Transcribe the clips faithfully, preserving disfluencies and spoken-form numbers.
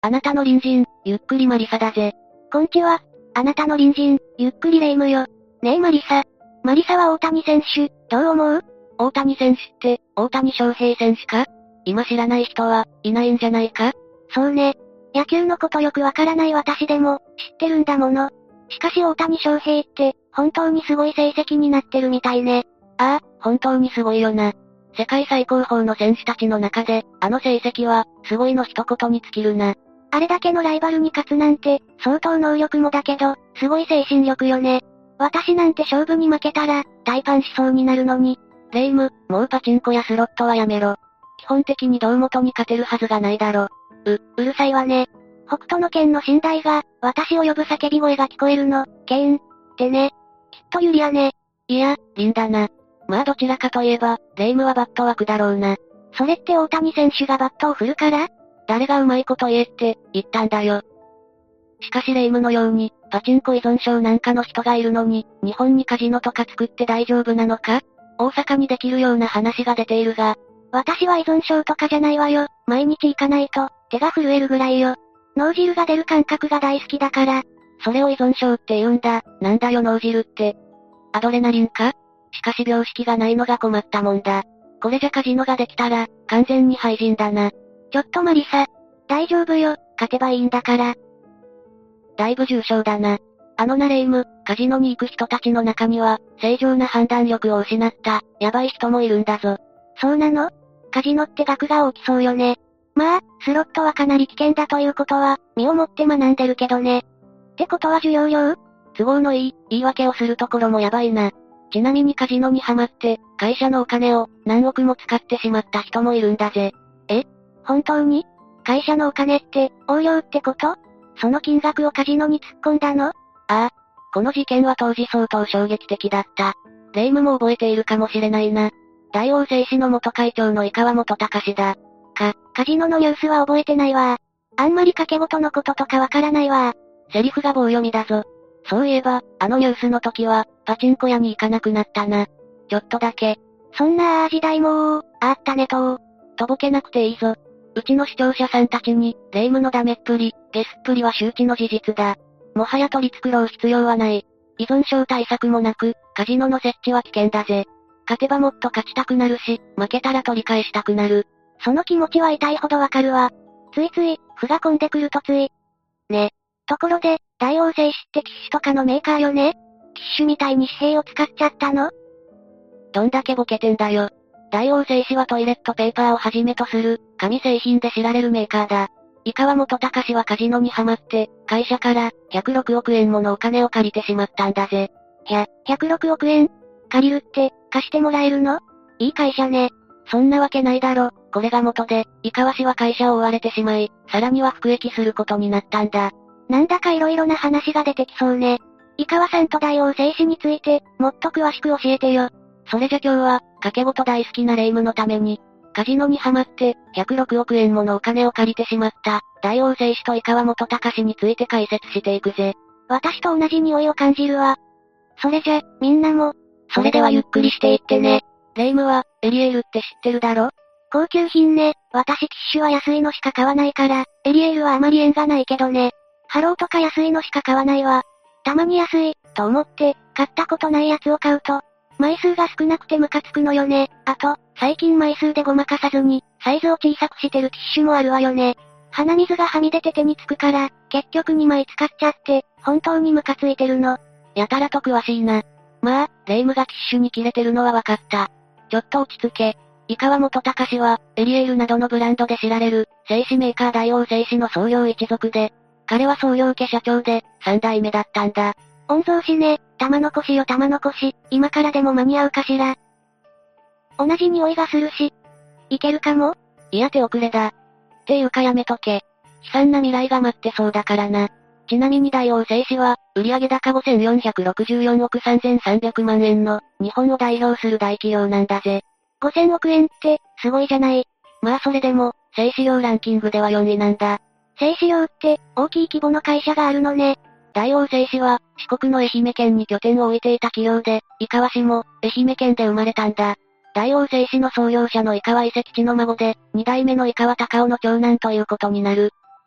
あなたの隣人、ゆっくりマリサだぜ。 こんちは。あなたの隣人、ゆっくりレ夢ムよ。ねえマリサ。マリサは大谷選手、どう思う？ 大谷選手って、大谷翔平選手か？今知らない人は、いないんじゃないか？ そうね。野球のことよくわからない私でも、知ってるんだもの。しかし大谷翔平って、本当にすごい成績になってるみたいね。 ああ、本当にすごいよな。世界最高峰の選手たちの中で、あの成績は、すごいの一言に尽きるな。 あれだけのライバルに勝つなんて、相当能力もだけど、すごい精神力よね。私なんて勝負に負けたら、大パンしそうになるのに。 レイム、もうパチンコやスロットはやめろ。基本的に胴元に勝てるはずがないだろ。 う、うるさいわね。北斗の剣の寝台が、私を呼ぶ叫び声が聞こえるの、ケーン。ってね。きっとユリアね。 いや、リンだな。まあどちらかといえば、レイムはバット枠だろうな。 それって大谷選手がバットを振るから？ 誰がうまいこと言えって、言ったんだよ。しかしレイムのように、パチンコ依存症なんかの人がいるのに、日本にカジノとか作って大丈夫なのか？大阪にできるような話が出ているが。 私は依存症とかじゃないわよ。毎日行かないと、手が震えるぐらいよ。脳汁が出る感覚が大好きだから。 それを依存症って言うんだ。なんだよ脳汁って。アドレナリンか？しかし病識がないのが困ったもんだ。これじゃカジノができたら、完全に廃人だな。 ちょっとマリサ。大丈夫よ、勝てばいいんだから。 だいぶ重症だな。あのなレイム、カジノに行く人たちの中には、正常な判断力を失った、やばい人もいるんだぞ。 そうなの？カジノって額が大きそうよね。まあ、スロットはかなり危険だということは、身をもって学んでるけどね。ってことは授業料？ 都合のいい、言い訳をするところもやばいな。ちなみにカジノにハマって、会社のお金を、何億も使ってしまった人もいるんだぜ。 え？本当に？会社のお金って、横領ってこと？その金額をカジノに突っ込んだの？ああ。この事件は当時相当衝撃的だった。レイムも覚えているかもしれないな。大王製紙の元会長の井川元隆だ。 か、カジノのニュースは覚えてないわ。あんまり掛け事のこととかわからないわ。 セリフが棒読みだぞ。そういえば、あのニュースの時は、パチンコ屋に行かなくなったな。ちょっとだけ。 そんなあ時代もー、あったねとー。 とぼけなくていいぞ。うちの視聴者さんたちに、レイムのダメっぷり、ゲスっぷりは周知の事実だ。もはや取り繕う必要はない。依存症対策もなく、カジノの設置は危険だぜ。勝てばもっと勝ちたくなるし、負けたら取り返したくなる。 その気持ちは痛いほどわかるわ。ついつい、負が込んでくるとつい。ね。ところで、大王製紙って機種とかのメーカーよね？機種みたいに紙幣を使っちゃったの？ どんだけボケてんだよ。大王製紙はトイレットペーパーをはじめとする、紙製品で知られるメーカーだ。井川元隆はカジノにハマって、会社から、ひゃくろくおくえんものお金を借りてしまったんだぜ。 ひゃ、ひゃくろくおくえん？借りるって、貸してもらえるの？いい会社ね。 そんなわけないだろ。これが元で、井川氏は会社を追われてしまい、さらには服役することになったんだ。 なんだか色々な話が出てきそうね。井川さんと大王製紙について、もっと詳しく教えてよ。 それじゃ今日は、掛け事大好きなレイムのために、カジノにハマって、ひゃくろくおくえんものお金を借りてしまった、大王製紙と井川元隆について解説していくぜ。 私と同じ匂いを感じるわ。それじゃ、みんなも、 それではゆっくりしていってね。レイムは、エリエールって知ってるだろ？ 高級品ね。私機種は安いのしか買わないから、エリエールはあまり縁がないけどね。ハローとか安いのしか買わないわ。たまに安い、と思って、買ったことないやつを買うと、枚数が少なくてムカつくのよね。あと、最近枚数でごまかさずに、サイズを小さくしてる機種もあるわよね。鼻水がはみ出て手につくから、結局にまい使っちゃって、本当にムカついてるの。 やたらと詳しいな。まあ、レイムが機種に切れてるのはわかった。ちょっと落ち着け。井川元隆は、エリエールなどのブランドで知られる、製紙メーカー大王製紙の創業一族で、彼は創業家社長で、三代目だったんだ。 御曹司ね、玉残しよ玉残し、今からでも間に合うかしら。同じ匂いがするし、いけるかも？ いや手遅れだ。っていうかやめとけ。悲惨な未来が待ってそうだからな。ちなみに大王製紙は、売上高ごせんよんひゃくろくじゅうよんおくさんぜんさんびゃくまんえんの、日本を代表する大企業なんだぜ。 ごせんおくえんって、すごいじゃない。 まあそれでも、製紙業ランキングではよんいなんだ。 製紙業って、大きい規模の会社があるのね。 大王製紙は、四国の愛媛県に拠点を置いていた企業で、井川氏も、愛媛県で生まれたんだ。大王製紙の創業者の井川伊勢吉の孫で、二代目の井川隆夫の長男ということになる。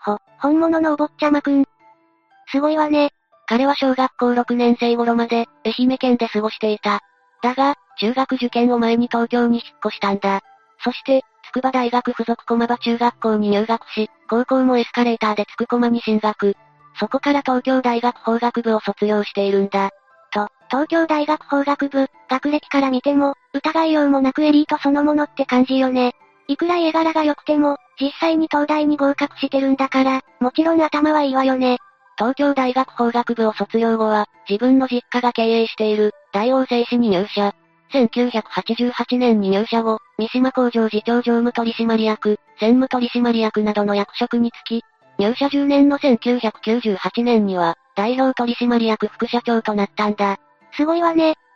ほ、本物のお坊ちゃまくん。すごいわね。 彼は小学校ろくねん生頃まで、愛媛県で過ごしていた。だが、中学受験を前に東京に引っ越したんだ。そして、筑波大学附属駒場中学校に入学し、高校もエスカレーターで筑駒に進学。そこから東京大学法学部を卒業しているんだ。 と、東京大学法学部、学歴から見ても、疑いようもなくエリートそのものって感じよね。いくら家柄が良くても、実際に東大に合格してるんだから、もちろん頭はいいわよね。 東京大学法学部を卒業後は、自分の実家が経営している、大王製紙に入社。せんきゅうひゃくはちじゅうはちねんに入社後、三島工場次長常務取締役、専務取締役などの役職に就き、入社じゅうねんのせんきゅうひゃくきゅうじゅうはちねんには、代表取締役副社長となったんだ。 すごいわね。って、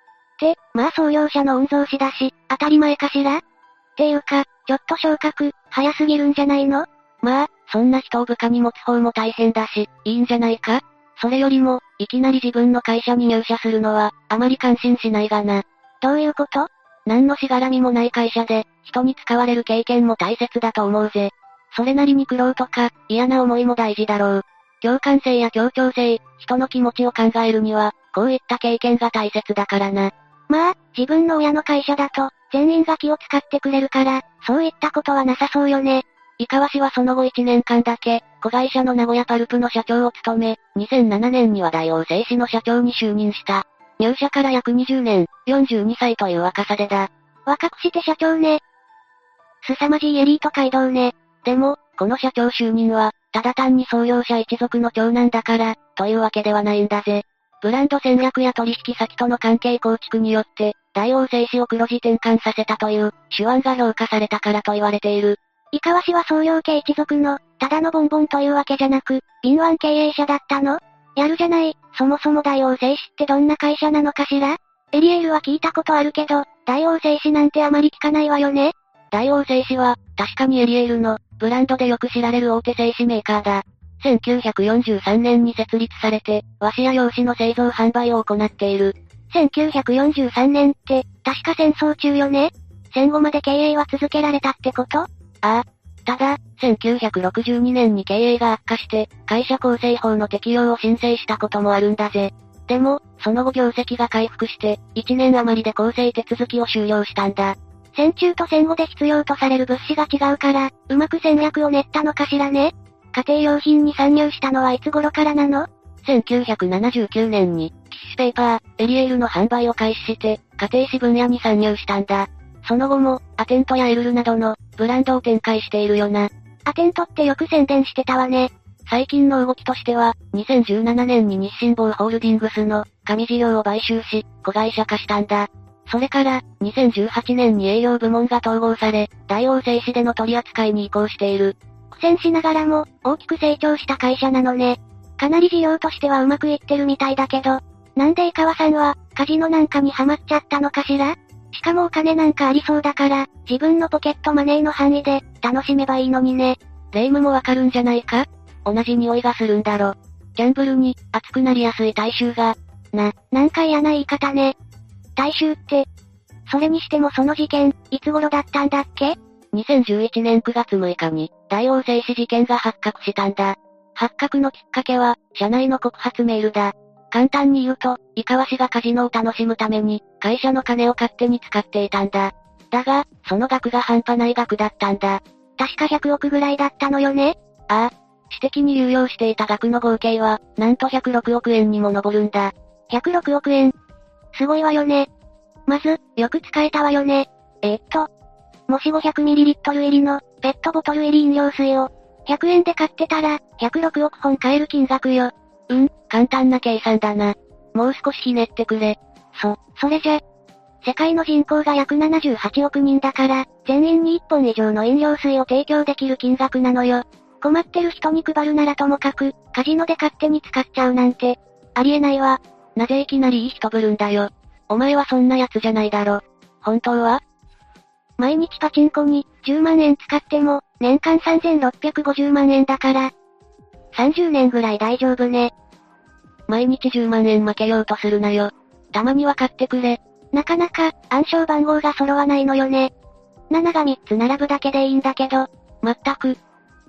まあ創業者の御曹司だし、当たり前かしら？っていうか、ちょっと昇格、早すぎるんじゃないの？ まあ、そんな人を部下に持つ方も大変だし、いいんじゃないか？それよりも、いきなり自分の会社に入社するのは、あまり感心しないがな。 どういうこと？ 何のしがらみもない会社で、人に使われる経験も大切だと思うぜ。それなりに苦労とか、嫌な思いも大事だろう。共感性や協調性、人の気持ちを考えるには、こういった経験が大切だからな。 まあ、自分の親の会社だと、全員が気を使ってくれるから、そういったことはなさそうよね。 井川氏はその後いちねんかんだけ、子会社の名古屋パルプの社長を務め、にせんななねんには大王製紙の社長に就任した。入社から約にじゅうねん、よんじゅうにさいという若さでだ。 若くして社長ね。凄まじいエリート街道ね。 でも、この社長就任は、ただ単に創業者一族の長男だから、というわけではないんだぜ。ブランド戦略や取引先との関係構築によって、大王製紙を黒字転換させたという、手腕が評価されたからと言われている。 井川氏は創業家一族の、ただのボンボンというわけじゃなく、敏腕経営者だったの？やるじゃない、そもそも大王製紙ってどんな会社なのかしら？エリエールは聞いたことあるけど、大王製紙なんてあまり聞かないわよね。 大王製紙は、確かにエリエールの、ブランドでよく知られる大手製紙メーカーだ。せんきゅうひゃくよんじゅうさんねんに設立されて、和紙や用紙の製造販売を行っている。 せんきゅうひゃくよんじゅうさんねんって、確か戦争中よね？戦後まで経営は続けられたってこと？ ああ。ただ、せんきゅうひゃくろくじゅうにねんに経営が悪化して、会社構成法の適用を申請したこともあるんだぜ。でも、その後業績が回復して、いちねん余りで構成手続きを終了したんだ。 戦中と戦後で必要とされる物資が違うから、うまく戦略を練ったのかしらね。家庭用品に参入したのはいつ頃からなの？ せんきゅうひゃくななじゅうきゅうねんに、ティッシュペーパー、エリエールの販売を開始して、家庭紙分野に参入したんだ。その後も、アテントやエルルなどの、ブランドを展開しているよな。 アテントってよく宣伝してたわね。 最近の動きとしては、にせんじゅうななねんに日清坊ホールディングスの、紙事業を買収し、子会社化したんだ。それから、にせんじゅうはちねんに営業部門が統合され、大王製紙での取り扱いに移行している。 苦戦しながらも、大きく成長した会社なのね。かなり事業としてはうまくいってるみたいだけど、なんで井川さんは、カジノなんかにハマっちゃったのかしら？しかもお金なんかありそうだから、自分のポケットマネーの範囲で、楽しめばいいのにね。 霊夢もわかるんじゃないか？同じ匂いがするんだろ。ギャンブルに、熱くなりやすい大衆が。 な、なんか嫌な言い方ね。大衆って、それにしてもその事件、いつ頃だったんだっけ？ にせんじゅういちねんくがつむいかに、大王製紙事件が発覚したんだ。発覚のきっかけは、社内の告発メールだ。簡単に言うと、井川氏がカジノを楽しむために、会社の金を勝手に使っていたんだ。だが、その額が半端ない額だったんだ。 確かひゃくおくぐらいだったのよね？ ああ。私的に有用していた額の合計は、なんとひゃくろくおくえんにも上るんだ。 ひゃくろくおくえん。すごいわよね。まず、よく使えたわよね。えー、っと、もし ごひゃくミリリットル 入りの、ペットボトル入り飲料水を、ひゃくえんで買ってたら、ひゃくろくおくほん買える金額よ。 うん、簡単な計算だな。もう少しひねってくれ。 そ、それじゃ、世界の人口が約ななじゅうはちおくにんだから、全員にいっぽん以上の飲料水を提供できる金額なのよ。困ってる人に配るならともかく、カジノで勝手に使っちゃうなんて、ありえないわ。 なぜいきなりいい人ぶるんだよ。お前はそんな奴じゃないだろ。本当は？ 毎日パチンコに、じゅうまんえん使っても、年間さんぜんろっぴゃくごじゅうまんえんだから、さんじゅうねんぐらい大丈夫ね。 毎日じゅうまんえん負けようとするなよ。たまには買ってくれ。 なかなか、暗証番号が揃わないのよね。なながみっつ並ぶだけでいいんだけど。 まったく。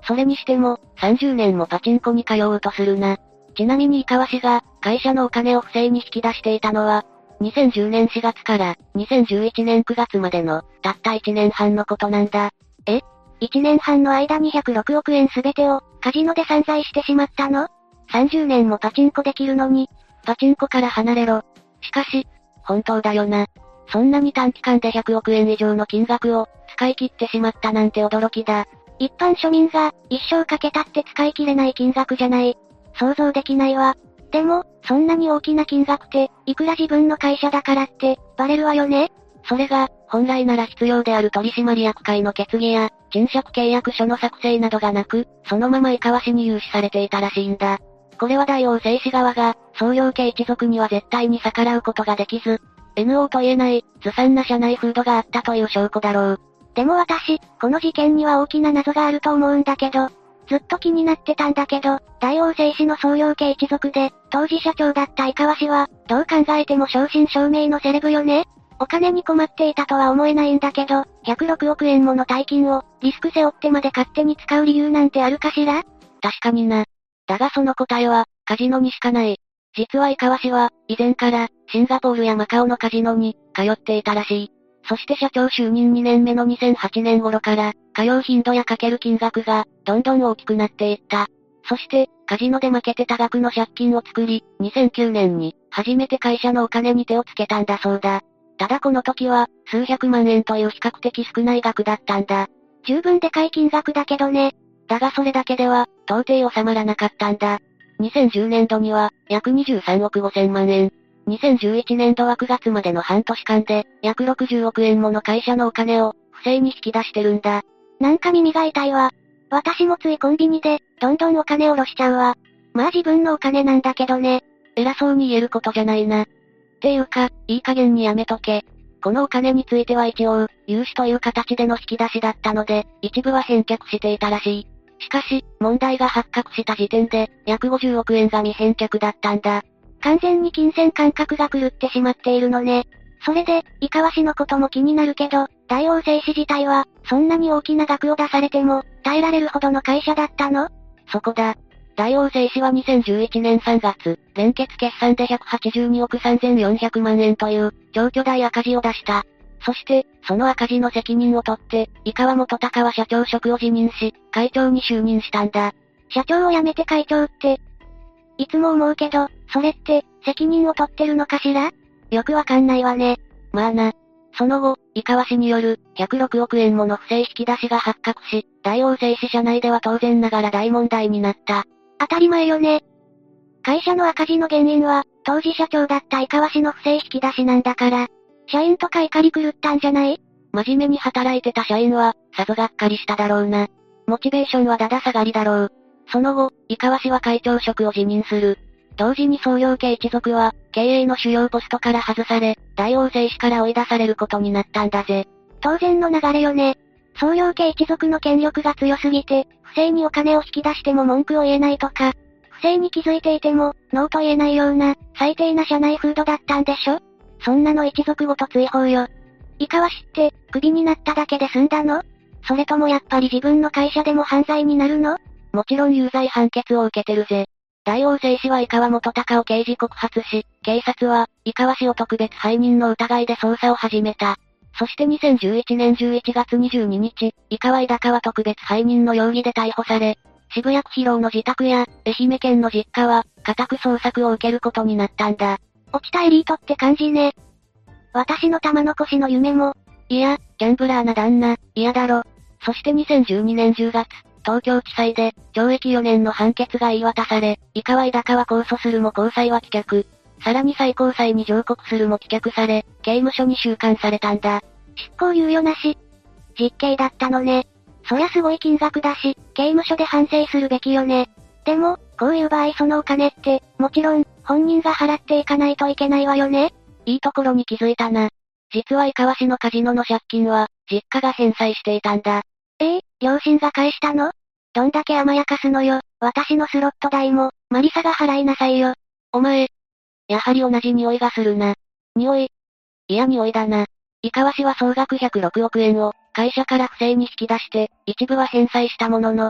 それにしても、さんじゅうねんもパチンコに通おうとするな。ちなみに井川氏が、会社のお金を不正に引き出していたのは、にせんじゅうねんしがつからにせんじゅういちねんくがつまでの、たったいちねんはんのことなんだ。 え ?いち 年半の間にひゃくろくおくえんすべてを、カジノで散財してしまったの ?さんじゅうねんもパチンコできるのに、 パチンコから離れろ。しかし、本当だよな。そんなに短期間でひゃくおくえん以上の金額を、使い切ってしまったなんて驚きだ。 一般庶民が、一生かけたって使い切れない金額じゃない。想像できないわ。でも、そんなに大きな金額って、いくら自分の会社だからって、バレるわよね。 それが、本来なら必要である取締役会の決議や、賃借契約書の作成などがなく、そのまま井川氏に融資されていたらしいんだ。これは大王製紙側が、創業家一族には絶対に逆らうことができず、エヌオー と言えない、ずさんな社内風土があったという証拠だろう。 でも私、この事件には大きな謎があると思うんだけど、ずっと気になってたんだけど、大王製紙の創業家一族で、当時社長だった井川氏は、どう考えても正真正銘のセレブよね。お金に困っていたとは思えないんだけど、ひゃくろくおくえんもの大金を、リスク背負ってまで勝手に使う理由なんてあるかしら？ 確かにな。だがその答えは、カジノにしかない。実は井川氏は、以前から、シンガポールやマカオのカジノに、通っていたらしい。そして社長就任にねんめのにせんはちねん頃から、通う頻度やかける金額が、どんどん大きくなっていった。そして、カジノで負けて多額の借金を作り、にせんきゅうねんに、初めて会社のお金に手をつけたんだそうだ。ただこの時は、数百万円という比較的少ない額だったんだ。 十分でかい金額だけどね。 だがそれだけでは、到底収まらなかったんだ。にせんじゅうねんどには、約にじゅうさんおくごせんまんえん。にせんじゅういちねんどはくがつまでの半年間で、約ろくじゅうおくえんもの会社のお金を、不正に引き出してるんだ。 なんか耳が痛いわ。私もついコンビニで、どんどんお金下ろしちゃうわ。まあ自分のお金なんだけどね。 偉そうに言えることじゃないな。っていうか、いい加減にやめとけ。このお金については一応、融資という形での引き出しだったので、一部は返却していたらしい。しかし、問題が発覚した時点で、約ごじゅうおくえんが未返却だったんだ。 完全に金銭感覚が狂ってしまっているのね。それで、井川氏のことも気になるけど、大王製紙自体は、そんなに大きな額を出されても、耐えられるほどの会社だったの？ そこだ。大王製紙はにせんじゅういちねんさんがつ、連結決算でひゃくはちじゅうにおくさんぜんよんひゃくまんえんという、超巨大赤字を出した。そして、その赤字の責任を取って、井川元隆は社長職を辞任し、会長に就任したんだ。 社長を辞めて会長って、いつも思うけど、それって、責任を取ってるのかしら？よくわかんないわね。 まあな。その後、井川氏による、ひゃくろくおくえんもの不正引き出しが発覚し、大王製紙社内では当然ながら大問題になった。 当たり前よね。会社の赤字の原因は、当時社長だった井川氏の不正引き出しなんだから、社員とか怒り狂ったんじゃない？ 真面目に働いてた社員は、さぞがっかりしただろうな。モチベーションはだだ下がりだろう。その後、井川氏は会長職を辞任する。同時に創業家一族は、経営の主要ポストから外され、大王製紙から追い出されることになったんだぜ。 当然の流れよね。創業家一族の権力が強すぎて、不正にお金を引き出しても文句を言えないとか、不正に気づいていても、ノーと言えないような、最低な社内風土だったんでしょ？そんなの一族ごと追放よ。井川氏って、クビになっただけで済んだの？それともやっぱり自分の会社でも犯罪になるの？ もちろん有罪判決を受けてるぜ。大王製紙は井川元隆を刑事告発し、警察は、井川氏を特別背任の疑いで捜査を始めた。そしてにせんじゅういちねんじゅういちがつにじゅうににち、井川井高は特別背任の容疑で逮捕され、渋谷区広尾の自宅や、愛媛県の実家は、家宅捜索を受けることになったんだ。 落ちたエリートって感じね。私の玉残しの夢も、 いや、ギャンブラーな旦那、嫌だろ。そしてにせんじゅうにねんじゅうがつ、東京地裁で、懲役よねんの判決が言い渡され、井川井高は控訴するも高裁は棄却。さらに最高裁に上告するも棄却され、刑務所に収監されたんだ。 執行猶予なし。実刑だったのね。そりゃすごい金額だし、刑務所で反省するべきよね。でも、こういう場合そのお金って、もちろん、本人が払っていかないといけないわよね。 いいところに気づいたな。実は井川氏のカジノの借金は、実家が返済していたんだ。 ええ、両親が返したの？どんだけ甘やかすのよ。私のスロット代も、マリサが払いなさいよ。 お前、やはり同じ匂いがするな。匂い？いや匂いだな。井川氏は総額ひゃくろくおくえんを、会社から不正に引き出して、一部は返済したものの、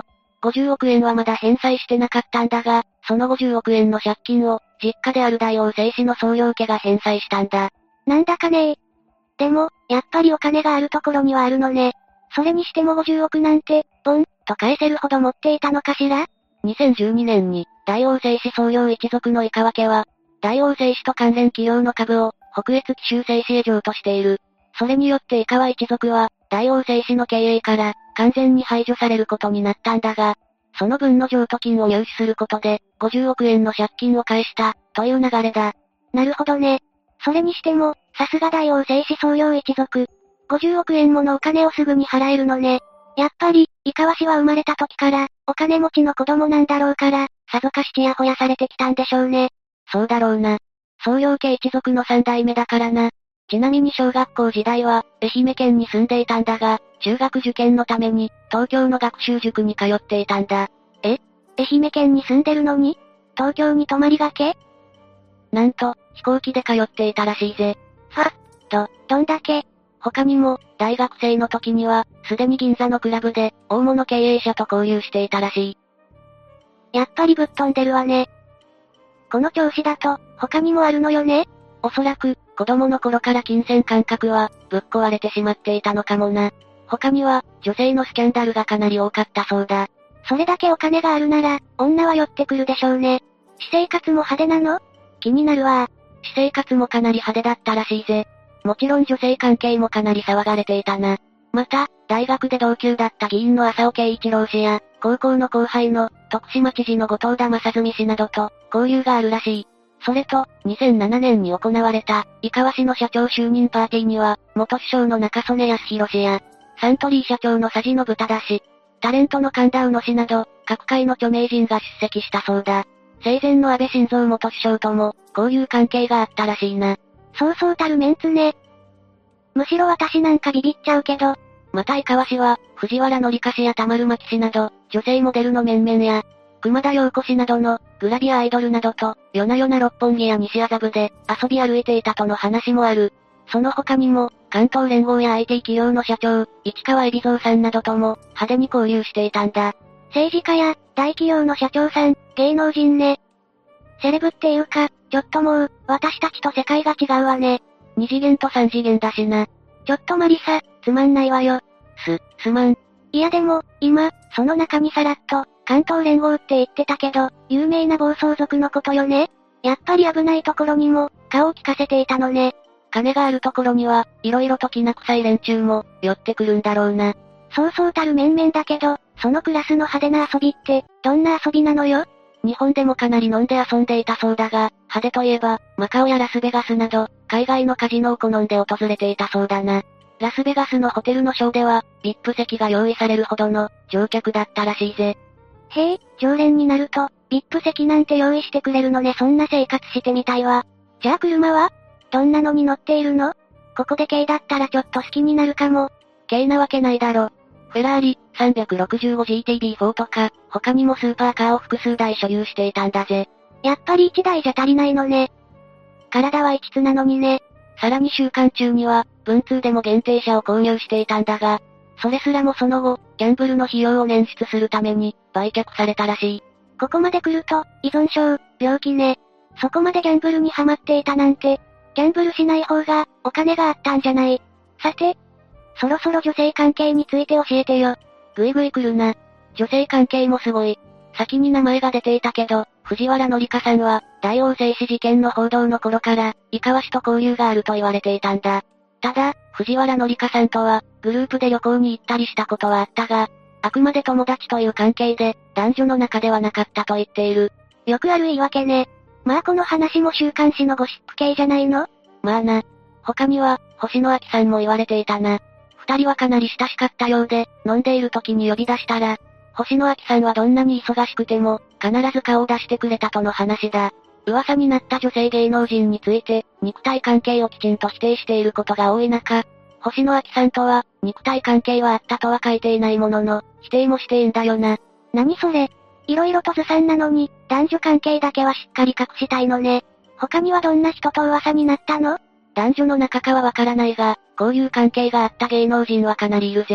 ごじゅうおくえんはまだ返済してなかったんだが、そのごじゅうおくえんの借金を、実家である大王製紙の総領家が返済したんだ。 なんだかねえ。でも、やっぱりお金があるところにはあるのね。それにしてもごじゅうおくなんて、ボン、と返せるほど持っていたのかしら？ にせんじゅうにねんに、大王製紙創業一族の井川家は、大王製紙と関連企業の株を、北越紀州製紙へ譲渡している。それによって井川一族は、大王製紙の経営から、完全に排除されることになったんだが、その分の譲渡金を入手することで、ごじゅうおくえんの借金を返した、という流れだ。 なるほどね。それにしても、さすが大王製紙創業一族。ごじゅうおくえんものお金をすぐに払えるのね。やっぱり、井川氏は生まれた時から、お金持ちの子供なんだろうから、さぞかしちやほやされてきたんでしょうね。 そうだろうな。創業家一族の三代目だからな。ちなみに小学校時代は、愛媛県に住んでいたんだが、中学受験のために、東京の学習塾に通っていたんだ。 え？愛媛県に住んでるのに？東京に泊まりがけ？ なんと、飛行機で通っていたらしいぜ。 はっ、ど、どんだけ？ 他にも、大学生の時には、すでに銀座のクラブで、大物経営者と交流していたらしい。 やっぱりぶっ飛んでるわね。この調子だと、他にもあるのよね？ おそらく、子供の頃から金銭感覚は、ぶっ壊れてしまっていたのかもな。他には、女性のスキャンダルがかなり多かったそうだ。 それだけお金があるなら、女は寄ってくるでしょうね。私生活も派手なの？気になるわ。 私生活もかなり派手だったらしいぜ。もちろん女性関係もかなり騒がれていたな。また、大学で同級だった議員の浅尾慶一郎氏や、高校の後輩の、徳島知事の後藤田正純氏などと、交流があるらしい。それと、にせんななねんに行われた、井川氏の社長就任パーティーには、元首相の中曽根康弘氏や、サントリー社長の佐治信忠氏、タレントの神田うの氏など、各界の著名人が出席したそうだ。生前の安倍晋三元首相とも、交友関係があったらしいな。 そうそうたるメンツね。むしろ私なんかビビっちゃうけど。 また井川氏は、藤原紀香氏や田丸真紀氏など、女性モデルの面々や、熊田曜子氏などの、グラビアアイドルなどと、夜な夜な六本木や西麻布で、遊び歩いていたとの話もある。その他にも、関東連合や アイティー 企業の社長、市川海老蔵さんなどとも、派手に交流していたんだ。 政治家や、大企業の社長さん、芸能人ね。セレブっていうか、ちょっともう、私たちと世界が違うわね。 二次元と三次元だしな。 ちょっとマリサ、つまんないわよ。 す、すまん。 いやでも、今、その中にさらっと、関東連合って言ってたけど、有名な暴走族のことよね。やっぱり危ないところにも、顔を利かせていたのね。 金があるところには、色々ときな臭い連中も、寄ってくるんだろうな。 そうそうたる面々だけど、そのクラスの派手な遊びって、どんな遊びなのよ？ 日本でもかなり飲んで遊んでいたそうだが、派手といえば、マカオやラスベガスなど、海外のカジノを好んで訪れていたそうだな。ラスベガスのホテルのショーでは、ブイアイピー 席が用意されるほどの、乗客だったらしいぜ。 へえ、常連になると、ブイアイピー 席なんて用意してくれるのね。そんな生活してみたいわ。じゃあ車は？どんなのに乗っているの？ここで軽だったらちょっと好きになるかも。 軽なわけないだろ。フェラーリ、さんびゃくろくじゅうごジーティービーフォーとか、他にもスーパーカーを複数台所有していたんだぜ。 やっぱりいちだいじゃ足りないのね。体は異質なのにね。 さらに週間中には、文通でも限定車を購入していたんだが、それすらもその後、ギャンブルの費用を捻出するために、売却されたらしい。 ここまで来ると、依存症、病気ね。そこまでギャンブルにハマっていたなんて、ギャンブルしない方が、お金があったんじゃない。さて、そろそろ女性関係について教えてよ。 ぐいぐい来るな。女性関係もすごい。先に名前が出ていたけど、藤原紀香さんは、大王製紙事件の報道の頃から、井川氏と交流があると言われていたんだ。ただ、藤原紀香さんとは、グループで旅行に行ったりしたことはあったが、あくまで友達という関係で、男女の仲ではなかったと言っている。 よくある言い訳ね。まあこの話も週刊誌のゴシップ系じゃないの？ まあな。他には、星野亜紀さんも言われていたな。二人はかなり親しかったようで、飲んでいる時に呼び出したら、星野亜紀さんはどんなに忙しくても、必ず顔を出してくれたとの話だ。噂になった女性芸能人について、肉体関係をきちんと否定していることが多い中、星野亜紀さんとは、肉体関係はあったとは書いていないものの、否定もしていいんだよな。 何それ？いろいろとずさんなのに、男女関係だけはしっかり隠したいのね。他にはどんな人と噂になったの？ 男女の仲かはわからないが、交友関係があった芸能人はかなりいるぜ。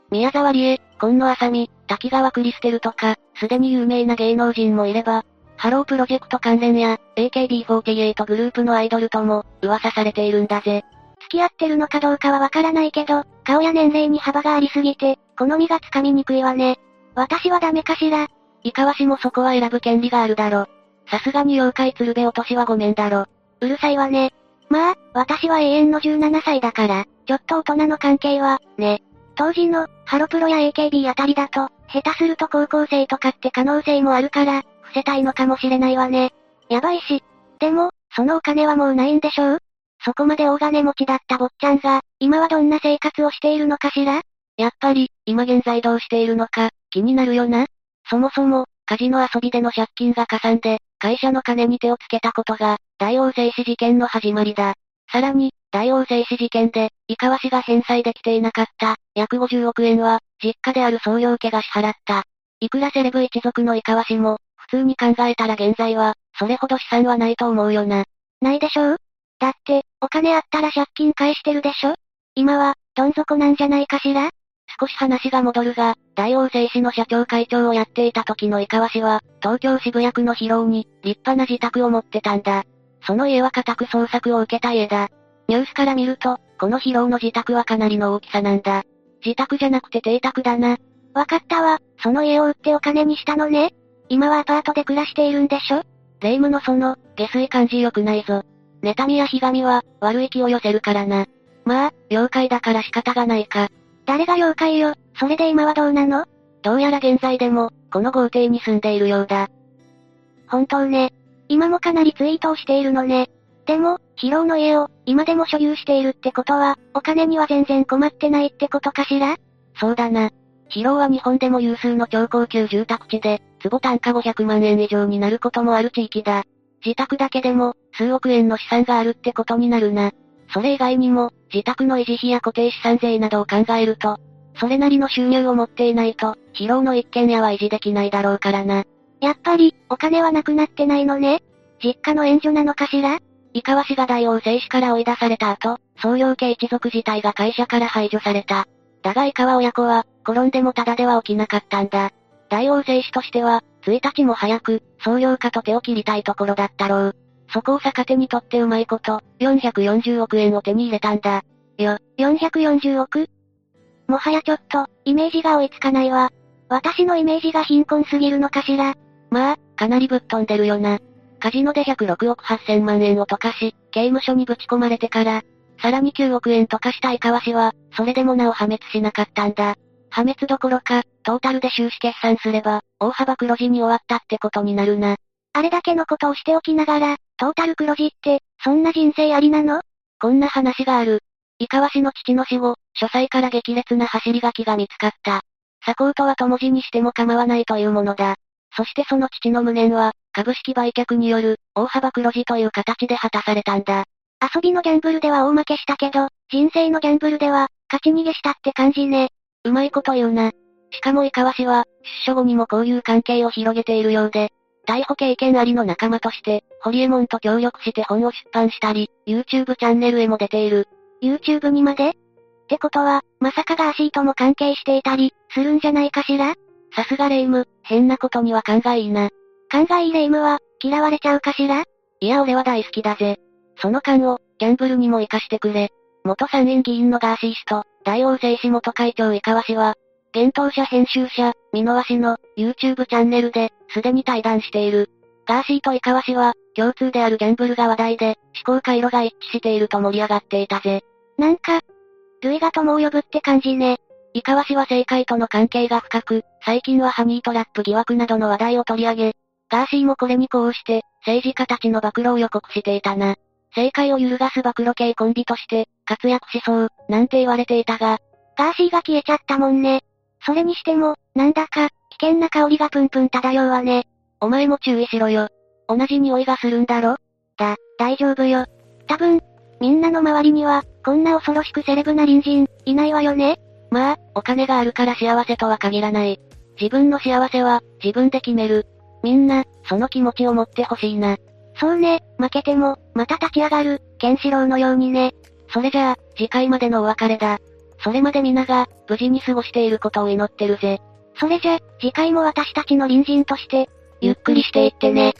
宮沢りえ、今野あさみ、滝川クリステルとか、すでに有名な芸能人もいれば、ハロープロジェクト関連や、エーケービーフォーティーエイト グループのアイドルとも、噂されているんだぜ。 付き合ってるのかどうかはわからないけど、顔や年齢に幅がありすぎて、好みがつかみにくいわね。私はダメかしら。 いかわしもそこは選ぶ権利があるだろ。さすがに妖怪鶴瓶落としはごめんだろ。 うるさいわね。まあ、私は永遠のじゅうななさいだから、ちょっと大人の関係は、ね。当時の、ハロプロや エーケービー あたりだと、下手すると高校生とかって可能性もあるから、伏せたいのかもしれないわね。やばいし。でも、そのお金はもうないんでしょう？そこまで大金持ちだった坊ちゃんが、今はどんな生活をしているのかしら？ やっぱり、今現在どうしているのか、気になるよな。そもそも、カジノ遊びでの借金がかさんで、会社の金に手をつけたことが、大王製紙事件の始まりだ。さらに、大王製紙事件で、井川氏が返済できていなかった、約ごじゅうおくえんは、実家である創業家が支払った。いくらセレブ一族の井川氏も、普通に考えたら現在は、それほど資産はないと思うよな。 ないでしょう？だって、お金あったら借金返してるでしょ？今は、どん底なんじゃないかしら？ 少し話が戻るが、大王製紙の社長会長をやっていた時の井川氏は、東京渋谷区の広尾に、立派な自宅を持ってたんだ。その家は家宅捜索を受けた家だ。ニュースから見ると、この広尾の自宅はかなりの大きさなんだ。自宅じゃなくて邸宅だな。 わかったわ、その家を売ってお金にしたのね。今はアパートで暮らしているんでしょ？ 霊夢のその、下水感じ良くないぞ。妬みやひがみは、悪い気を寄せるからな。まあ、妖怪だから仕方がないか。 誰が妖怪よ、それで今はどうなの？ どうやら現在でも、この豪邸に住んでいるようだ。 本当ね。今もかなりツイートをしているのね。でも、広尾の家を、今でも所有しているってことは、お金には全然困ってないってことかしら？ そうだな。広尾は日本でも有数の超高級住宅地で、坪単価ごひゃくまんえん以上になることもある地域だ。自宅だけでも、数億円の資産があるってことになるな。それ以外にも、自宅の維持費や固定資産税などを考えると、それなりの収入を持っていないと、広尾の一軒家は維持できないだろうからな。 やっぱり、お金はなくなってないのね。実家の援助なのかしら？ 井川氏が大王製紙から追い出された後、創業家一族自体が会社から排除された。だが井川親子は、転んでもただでは起きなかったんだ。大王製紙としては、ついたちも早く、創業家と手を切りたいところだったろう。そこを逆手にとってうまいこと、よんひゃくよんじゅうおくえんを手に入れたんだ。 よ、よんひゃくよんじゅうおく？もはやちょっと、イメージが追いつかないわ。私のイメージが貧困すぎるのかしら？ まあ、かなりぶっ飛んでるよな。カジノでひゃくろくおくはっせんまんえんを溶かし、刑務所にぶち込まれてから、さらにきゅうおくえん溶かした井川氏は、それでもなお破滅しなかったんだ。破滅どころか、トータルで収支決算すれば、大幅黒字に終わったってことになるな。 あれだけのことをしておきながら、トータル黒字って、そんな人生ありなの？ こんな話がある。井川氏の父の死後、書斎から激烈な走り書きが見つかった。左高とはと文字にしても構わないというものだ。そしてその父の無念は、株式売却による、大幅黒字という形で果たされたんだ。 遊びのギャンブルでは大負けしたけど、人生のギャンブルでは、勝ち逃げしたって感じね。 うまいこと言うな。しかも井川氏は、出所後にも交友関係を広げているようで、逮捕経験ありの仲間として、ホリエモンと協力して本を出版したり、YouTube チャンネルへも出ている。 YouTube にまで？ってことは、まさかガーシーとも関係していたり、するんじゃないかしら？ さすが霊夢、変なことには勘がいいな。 勘がいい霊夢は、嫌われちゃうかしら？ いや俺は大好きだぜ。その勘を、ギャンブルにも活かしてくれ。元参院議員のガーシー氏と、大王製紙元会長井川氏は、幻冬舎編集者、箕輪氏の YouTube チャンネルで、すでに対談している。ガーシーと井川氏は、共通であるギャンブルが話題で、思考回路が一致していると盛り上がっていたぜ。 なんか、類が友を呼ぶって感じね。 井川氏は政界との関係が深く、最近はハニートラップ疑惑などの話題を取り上げ、ガーシーもこれにこうして、政治家たちの暴露を予告していたな。政界を揺るがす暴露系コンビとして、活躍しそう、なんて言われていたが、 ガーシーが消えちゃったもんね。それにしても、なんだか、危険な香りがプンプン漂うわね。 お前も注意しろよ。同じ匂いがするんだろ？ だ、大丈夫よ。多分、みんなの周りには、こんな恐ろしくセレブな隣人、いないわよね。 まあ、お金があるから幸せとは限らない。自分の幸せは、自分で決める。みんな、その気持ちを持ってほしいな。 そうね、負けても、また立ち上がる、ケンシロウのようにね。 それじゃあ、次回までのお別れだ。それまで皆が、 無事に過ごしていることを祈ってるぜ。 それじゃ、次回も私たちの隣人として、 ゆっくりしていってね。